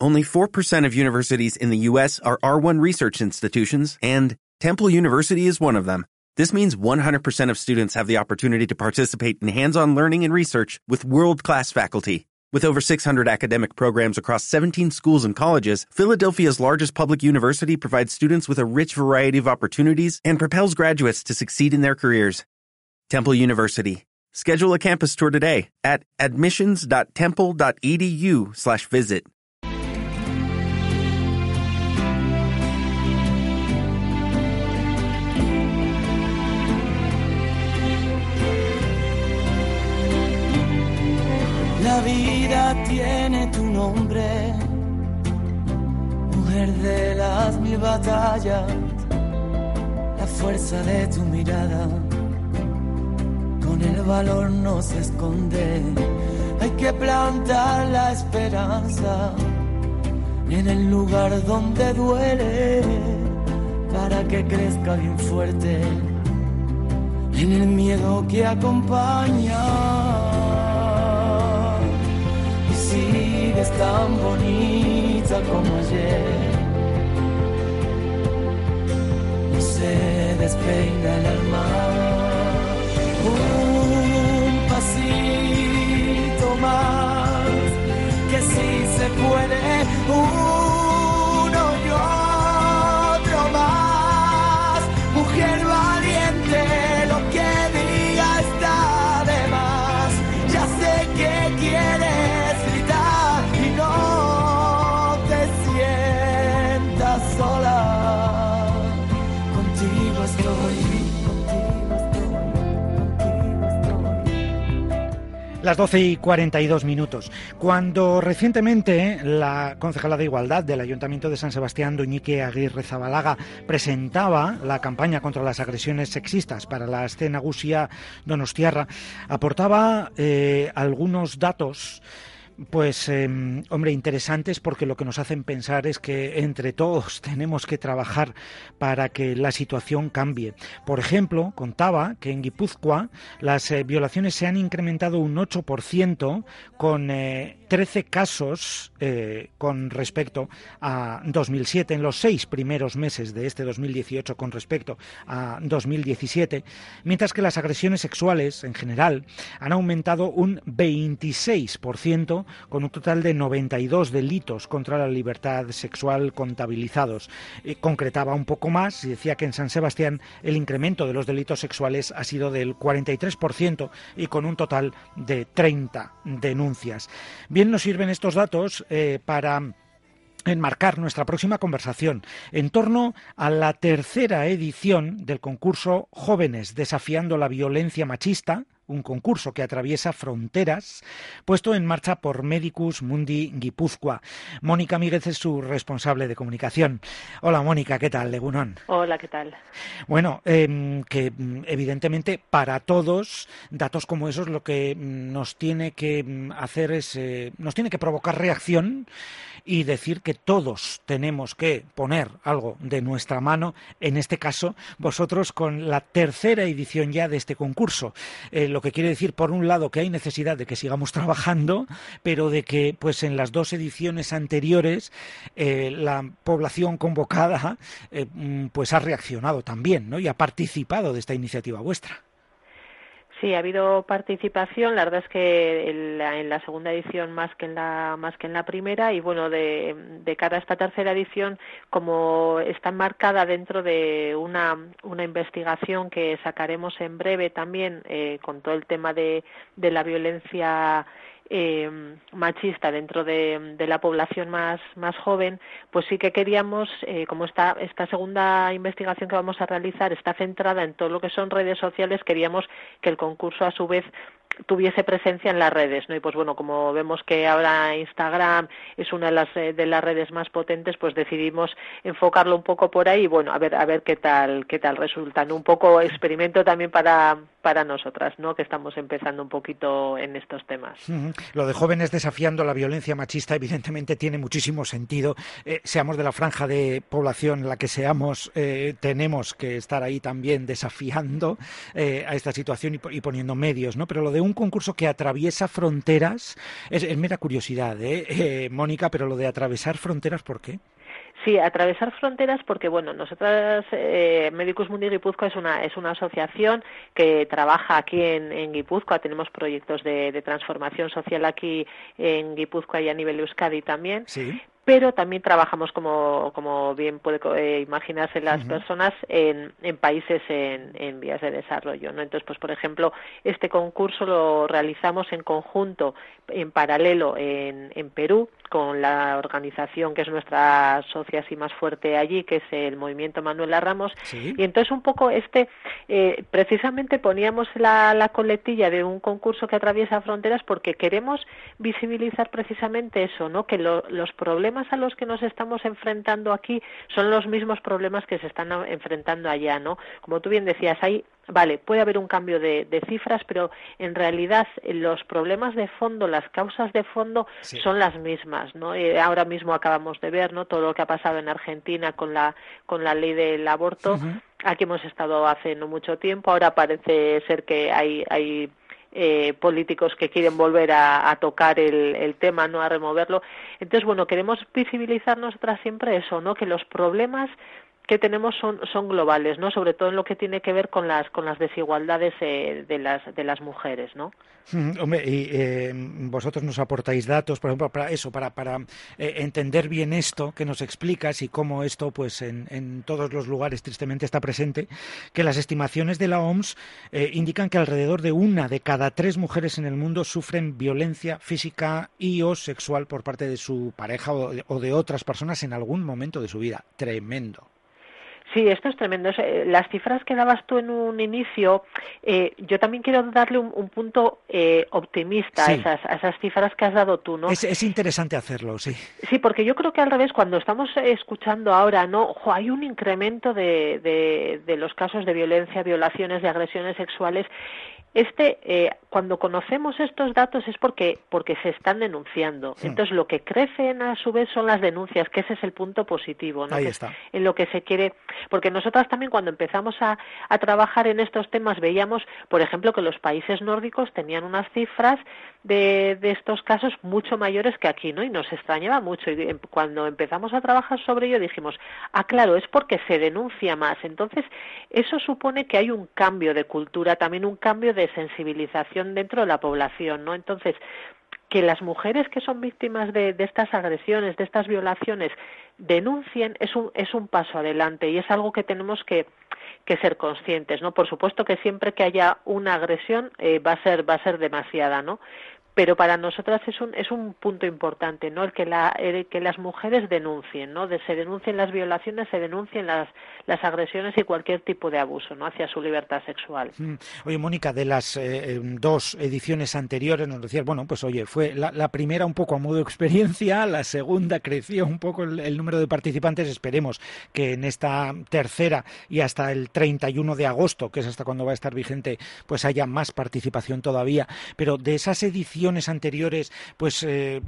Only 4% of universities in the U.S. are R1 research institutions, and Temple University is one of them. This means 100% of students have the opportunity to participate in hands-on learning and research with world-class faculty. With over 600 academic programs across 17 schools and colleges, Philadelphia's largest public university provides students with a rich variety of opportunities and propels graduates to succeed in their careers. Temple University. Schedule a campus tour today at admissions.temple.edu/visit. La vida tiene tu nombre, mujer de las mil batallas, la fuerza de tu mirada, con el valor no se esconde. Hay que plantar la esperanza en el lugar donde duele, para que crezca bien fuerte en el miedo que acompaña. Sigues tan bonita como ayer, no se despeina el alma. Un pasito más, que sí se puede. Uno y otro más. Mujer valiente, lo que diga está de más. Ya sé que quieres. Sola, contigo estoy. Las 12:42. Cuando recientemente la concejala de Igualdad del Ayuntamiento de San Sebastián, Doñique Aguirre Zabalaga, presentaba la campaña contra las agresiones sexistas para la Aste Nagusia Donostiarra, aportaba algunos datos pues, interesantes, porque lo que nos hacen pensar es que entre todos tenemos que trabajar para que la situación cambie. Por ejemplo, contaba que en Guipúzcoa las violaciones se han incrementado un 8%, con 13 casos con respecto a 2007, en los 6 primeros meses de este 2018 con respecto a 2017, mientras que las agresiones sexuales en general han aumentado un 26%, con un total de 92 delitos contra la libertad sexual contabilizados. Concretaba un poco más y decía que en San Sebastián el incremento de los delitos sexuales ha sido del 43% y con un total de 30 denuncias. Bien nos sirven estos datos para enmarcar nuestra próxima conversación en torno a la tercera edición del concurso Jóvenes desafiando la violencia machista, un concurso que atraviesa fronteras, puesto en marcha por Medicus Mundi Guipúzcoa. Mónica Míguez es su responsable de comunicación. Hola Mónica, ¿qué tal? Egunon. Hola, ¿qué tal? Bueno, que evidentemente para todos datos como esos lo que nos tiene que hacer es, nos tiene que provocar reacción y decir que todos tenemos que poner algo de nuestra mano, en este caso vosotros con la tercera edición ya de este concurso. Lo que quiere decir, por un lado, que hay necesidad de que sigamos trabajando, pero de que pues en las 2 ediciones anteriores la población convocada pues ha reaccionado también, ¿no? Y ha participado de esta iniciativa vuestra. Sí, ha habido participación. La verdad es que en la segunda edición más que en la primera, y bueno, de cara a esta tercera edición, como está enmarcada dentro de una investigación que sacaremos en breve también con todo el tema de la violencia machista dentro de la población más joven, pues sí que queríamos, como esta segunda investigación que vamos a realizar está centrada en todo lo que son redes sociales, queríamos que el concurso a su vez tuviese presencia en las redes, ¿no? Y pues bueno, como vemos que ahora Instagram es una de las redes más potentes, pues decidimos enfocarlo un poco por ahí y bueno, a ver qué tal resulta, ¿no? Un poco experimento también para nosotras, ¿no? Que estamos empezando un poquito en estos temas. Lo de Jóvenes desafiando la violencia machista evidentemente tiene muchísimo sentido. Seamos de la franja de población en la que seamos, tenemos que estar ahí también desafiando a esta situación y poniendo medios, ¿no? Pero lo de un concurso que atraviesa fronteras. Es mera curiosidad, Mónica, pero lo de atravesar fronteras, ¿por qué? Sí, atravesar fronteras porque, bueno, nosotras, Medicus Mundi Guipúzcoa es una asociación que trabaja aquí en Guipúzcoa, tenemos proyectos de transformación social aquí en Guipúzcoa y a nivel de Euskadi también. Sí. Pero también trabajamos, como bien puede imaginarse las personas, en países en vías de desarrollo, ¿no? Entonces, pues por ejemplo, este concurso lo realizamos en conjunto, en paralelo, en Perú, con la organización que es nuestra socia así más fuerte allí, que es el Movimiento Manuela Ramos. ¿Sí? Y entonces un poco precisamente poníamos la coletilla de un concurso que atraviesa fronteras porque queremos visibilizar precisamente eso, ¿no? Que los problemas a los que nos estamos enfrentando aquí son los mismos problemas que se están enfrentando allá, ¿no? Como tú bien decías, vale, puede haber un cambio de cifras, pero en realidad los problemas de fondo, las causas de fondo son las mismas, ¿no? Ahora mismo acabamos de ver, ¿no? Todo lo que ha pasado en Argentina con la ley del aborto. Aquí hemos estado hace no mucho tiempo, ahora parece ser que hay políticos que quieren volver a tocar el tema, no a removerlo. Entonces, bueno, queremos visibilizar nosotras siempre eso, ¿no? Que los problemas que tenemos son globales, ¿no? Sobre todo en lo que tiene que ver con las desigualdades de las mujeres, ¿no? Hombre, y vosotros nos aportáis datos, por ejemplo, para entender bien esto que nos explicas y cómo esto, pues, en todos los lugares tristemente está presente, que las estimaciones de la OMS indican que alrededor de 1 de cada 3 mujeres en el mundo sufren violencia física y o sexual por parte de su pareja o de otras personas en algún momento de su vida. Tremendo. Sí, esto es tremendo. Las cifras que dabas tú en un inicio, yo también quiero darle un punto optimista a esas cifras que has dado tú, ¿no? Es interesante hacerlo, sí. Sí, porque yo creo que al revés, cuando estamos escuchando ahora, ¿no? Hay un incremento de los casos de violencia, violaciones, de agresiones sexuales. Cuando conocemos estos datos es porque se están denunciando. Entonces, lo que crecen a su vez son las denuncias, que ese es el punto positivo, ¿no? Ahí que está. En lo que se quiere, porque nosotras también cuando empezamos a trabajar en estos temas veíamos, por ejemplo, que los países nórdicos tenían unas cifras de estos casos mucho mayores que aquí, ¿no? Y nos extrañaba mucho. Y cuando empezamos a trabajar sobre ello dijimos, claro, es porque se denuncia más. Entonces, eso supone que hay un cambio de cultura, también un cambio de sensibilización dentro de la población, ¿no? Entonces, que las mujeres que son víctimas de estas agresiones, de estas violaciones, denuncien es un paso adelante y es algo que tenemos que ser conscientes, ¿no? Por supuesto que siempre que haya una agresión va a ser demasiada, ¿no? Pero para nosotras es un punto importante, ¿no? El que las mujeres denuncien, ¿no? Se denuncien las violaciones, se denuncien las agresiones y cualquier tipo de abuso, ¿no? Hacia su libertad sexual. Oye, Mónica, de las 2 ediciones anteriores nos decías, bueno, pues oye, fue la primera un poco a modo de experiencia, la segunda creció un poco el número de participantes, esperemos que en esta tercera y hasta el 31 de agosto, que es hasta cuando va a estar vigente, pues haya más participación todavía, pero de esas ediciones anteriores, pues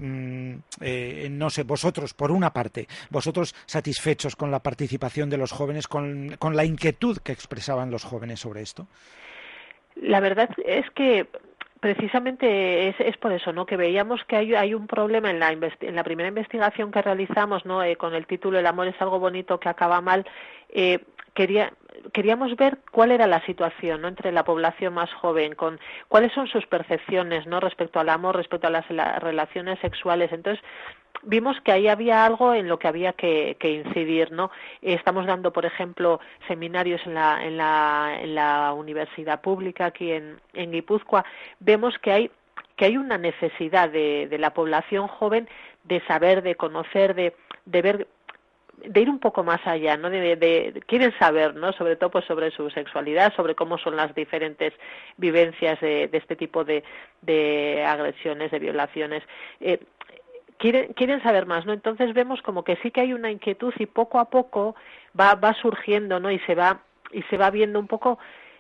no sé, vosotros, por una parte, vosotros satisfechos con la participación de los jóvenes, con la inquietud que expresaban los jóvenes sobre esto. La verdad es que precisamente es por eso, ¿no? Que veíamos que hay un problema en la primera investigación que realizamos, ¿no? Con el título El amor es algo bonito que acaba mal. Queríamos ver cuál era la situación, ¿no? Entre la población más joven, con cuáles son sus percepciones, ¿no? Respecto al amor, respecto a las relaciones sexuales. Entonces vimos que ahí había algo en lo que había que incidir, ¿no? Estamos dando, por ejemplo, seminarios en la universidad pública aquí en Guipúzcoa. Vemos que hay una necesidad de la población joven de saber, de conocer, de ver, de ir un poco más allá, ¿no? Quieren saber, ¿no? Sobre todo pues sobre su sexualidad, sobre cómo son las diferentes vivencias de este tipo de agresiones, de violaciones. Quieren saber más, ¿no? Entonces vemos como que sí que hay una inquietud y poco a poco va surgiendo, ¿no? Y se va viendo un poco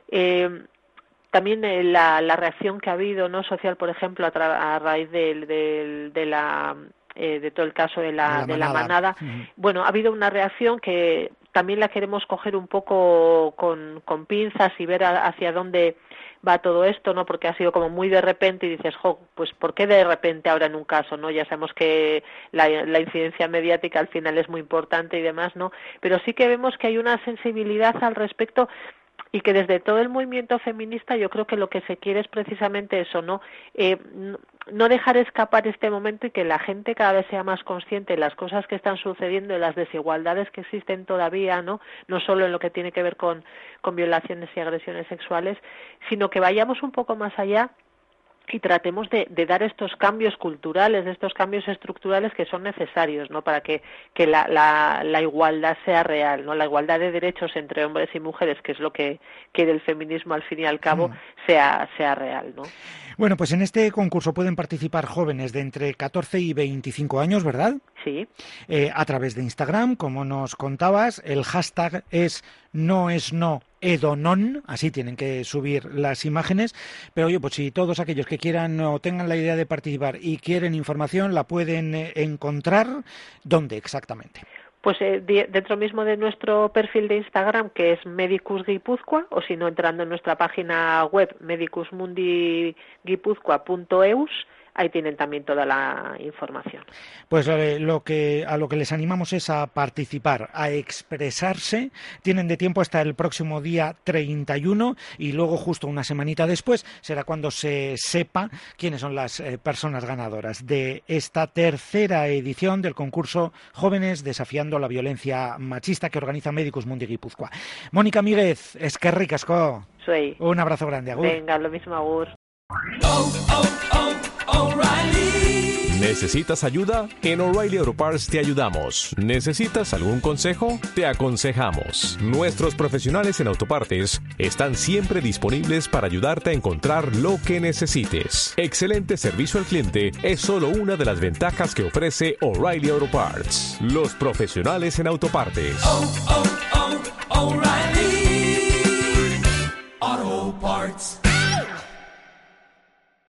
también la reacción que ha habido, ¿no? Social, por ejemplo, a raíz de todo el caso de la manada. Bueno, ha habido una reacción que también la queremos coger un poco con pinzas y ver hacia dónde va todo esto, ¿no? Porque ha sido como muy de repente y dices, pues ¿por qué de repente ahora en un caso, ¿no? Ya sabemos que la incidencia mediática al final es muy importante y demás, ¿no? Pero sí que vemos que hay una sensibilidad al respecto y que desde todo el movimiento feminista yo creo que lo que se quiere es precisamente eso, ¿no? No dejar escapar este momento y que la gente cada vez sea más consciente de las cosas que están sucediendo, de las desigualdades que existen todavía, no solo en lo que tiene que ver con violaciones y agresiones sexuales, sino que vayamos un poco más allá y tratemos de dar estos cambios culturales, estos cambios estructurales que son necesarios, ¿no? Para que la igualdad sea real, ¿no? La igualdad de derechos entre hombres y mujeres, que es lo que quiere el feminismo al fin y al cabo, sea real, ¿no? Bueno, pues en este concurso pueden participar jóvenes de entre 14 y 25 años, ¿verdad? Sí. A través de Instagram, como nos contabas, el hashtag es noesnoedonon, así tienen que subir las imágenes, pero oye, pues si todos aquellos que quieran o tengan la idea de participar y quieren información, la pueden encontrar, ¿dónde exactamente? Pues dentro mismo de nuestro perfil de Instagram, que es Medicus Guipúzcoa, o si no, entrando en nuestra página web medicusmundiguipuzcoa.eus, ahí tienen también toda la información. Pues a lo que les animamos es a participar, a expresarse. Tienen de tiempo hasta el próximo día 31 y luego justo una semanita después será cuando se sepa quiénes son las personas ganadoras de esta tercera edición del concurso Jóvenes desafiando la violencia machista que organiza Medicus Mundi Guipúzcoa. Mónica Míguez, eskerrik asko. Soy. Un abrazo grande, agur. Venga, lo mismo, agur. ¿Necesitas ayuda? En O'Reilly Auto Parts te ayudamos. ¿Necesitas algún consejo? Te aconsejamos. Nuestros profesionales en autopartes están siempre disponibles para ayudarte a encontrar lo que necesites. Excelente servicio al cliente es solo una de las ventajas que ofrece O'Reilly Auto Parts. Los profesionales en autopartes. O'Reilly Auto Parts.